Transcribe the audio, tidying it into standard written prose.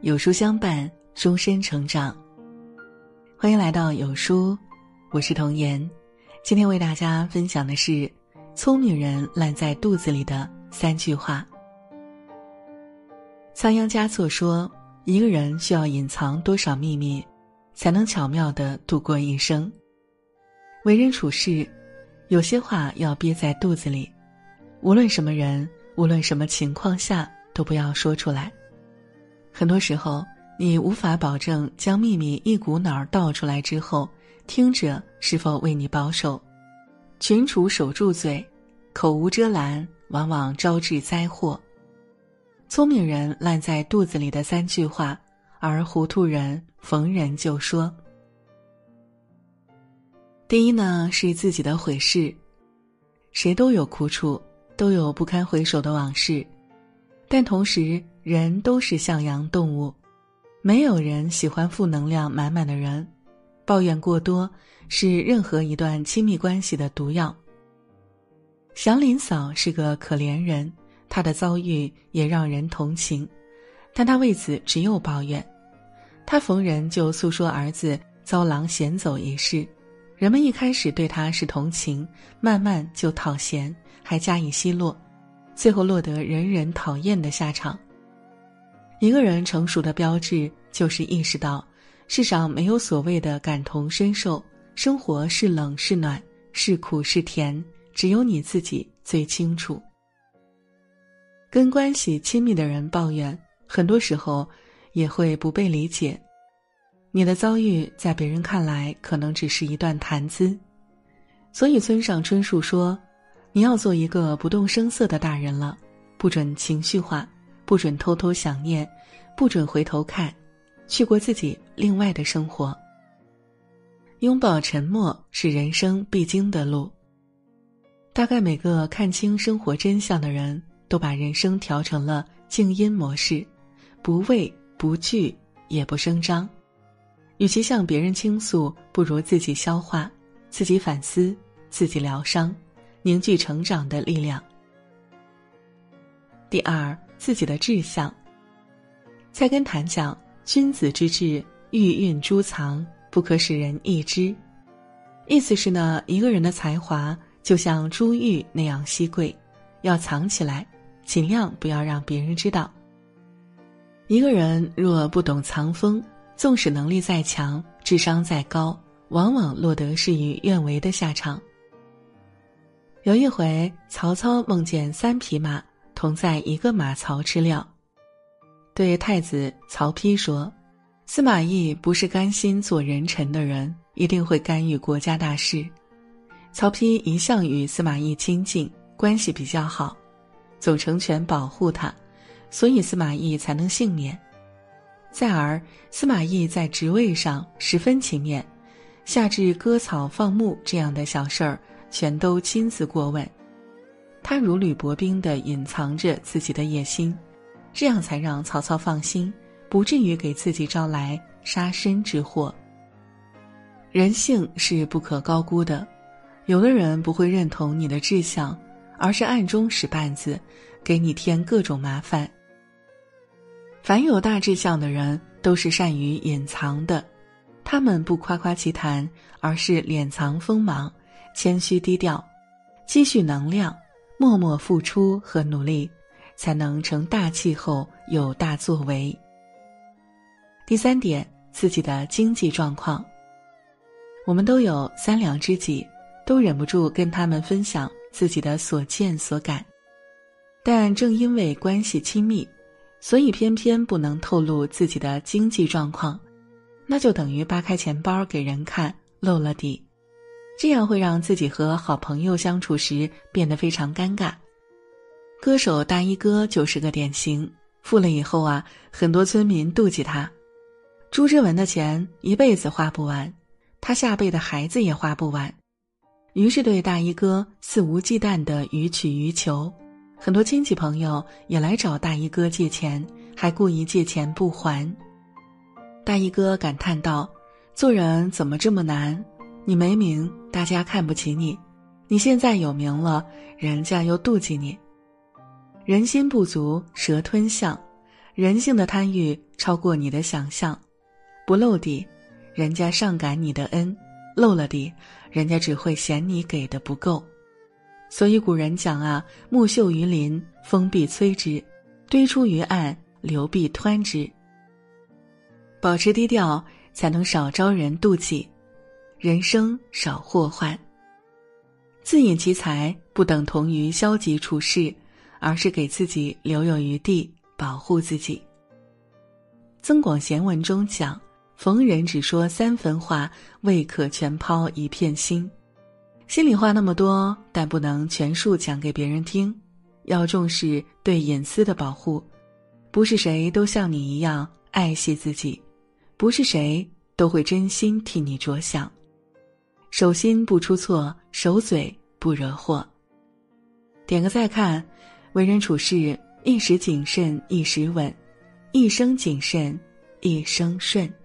有书相伴，终身成长。欢迎来到有书，我是童言。今天为大家分享的是聪明人烂在肚子里的3句话。仓央嘉措说，一个人需要隐藏多少秘密，才能巧妙地度过一生。为人处事，有些话要憋在肚子里，无论什么人，无论什么情况下，都不要说出来。很多时候，你无法保证将秘密一股脑儿倒出来之后，听者是否为你保守。群处守住嘴，口无遮拦，往往招致灾祸。聪明人烂在肚子里的3句话，而糊涂人逢人就说。第一呢，是自己的悔事。谁都有苦楚，都有不堪回首的往事，但同时人都是向阳动物，没有人喜欢负能量满满的人，抱怨过多是任何一段亲密关系的毒药。祥林嫂是个可怜人，她的遭遇也让人同情，但她为此只有抱怨。她逢人就诉说儿子遭狼衔走一事，人们一开始对她是同情，慢慢就讨嫌，还加以奚落，最后落得人人讨厌的下场。一个人成熟的标志，就是意识到世上没有所谓的感同身受，生活是冷是暖，是苦是甜，只有你自己最清楚。跟关系亲密的人抱怨，很多时候也会不被理解。你的遭遇在别人看来可能只是一段谈资，所以村上春树说，你要做一个不动声色的大人了，不准情绪化，不准偷偷想念，不准回头看，去过自己另外的生活。拥抱沉默是人生必经的路。大概每个看清生活真相的人，都把人生调成了静音模式，不畏不惧也不声张。与其向别人倾诉，不如自己消化，自己反思，自己疗伤，凝聚成长的力量。第二，自己的志向。菜根谭讲，君子之志，欲蕴诸藏，不可使人易知。意思是呢，一个人的才华就像珠玉那样稀贵，要藏起来，尽量不要让别人知道。一个人若不懂藏锋，纵使能力再强，智商再高，往往落得事与愿违的下场。有一回，曹操梦见3匹马同在一个马槽吃料，对太子曹丕说，司马懿不是甘心做人臣的人，一定会干预国家大事。曹丕一向与司马懿亲近，关系比较好，总成全保护他，所以司马懿才能幸免。再而司马懿在职位上十分勤勉，下至割草放牧这样的小事儿全都亲自过问。他如履薄冰地隐藏着自己的野心，这样才让曹操放心，不至于给自己招来杀身之祸。人性是不可高估的，有的人不会认同你的志向，而是暗中使绊子，给你添各种麻烦。凡有大志向的人，都是善于隐藏的，他们不夸夸其谈，而是敛藏锋芒，谦虚低调，积蓄能量，默默付出和努力，才能成大气候，有大作为。第3点，自己的经济状况。我们都有3两知己，都忍不住跟他们分享自己的所见所感，但正因为关系亲密，所以偏偏不能透露自己的经济状况，那就等于扒开钱包给人看，露了底。这样会让自己和好朋友相处时变得非常尴尬。歌手大衣哥就是个典型，富了以后啊，很多村民妒忌他。朱之文的钱一辈子花不完，他下辈的孩子也花不完，于是对大衣哥肆无忌惮地予取予求。很多亲戚朋友也来找大衣哥借钱，还故意借钱不还。大衣哥感叹道，做人怎么这么难，你没名，大家看不起你，你现在有名了，人家又妒忌你。人心不足蛇吞象， 人性的贪欲超过你的想象，不露底，人家上感你的恩；露了底，人家只会嫌你给的不够。所以古人讲啊，木秀于林，风必摧之；堆出于岸，流必湍之。保持低调，才能少招人妒忌，人生少祸患。自引其财不等同于消极处事，而是给自己留有余地，保护自己。增广贤文中讲，逢人只说3分话，未可全抛一片心。心里话那么多，但不能全数讲给别人听，要重视对隐私的保护。不是谁都像你一样爱惜自己，不是谁都会真心替你着想。手心不出错，手嘴不惹祸。点个再看，为人处事，一时谨慎一时稳，一生谨慎一生顺。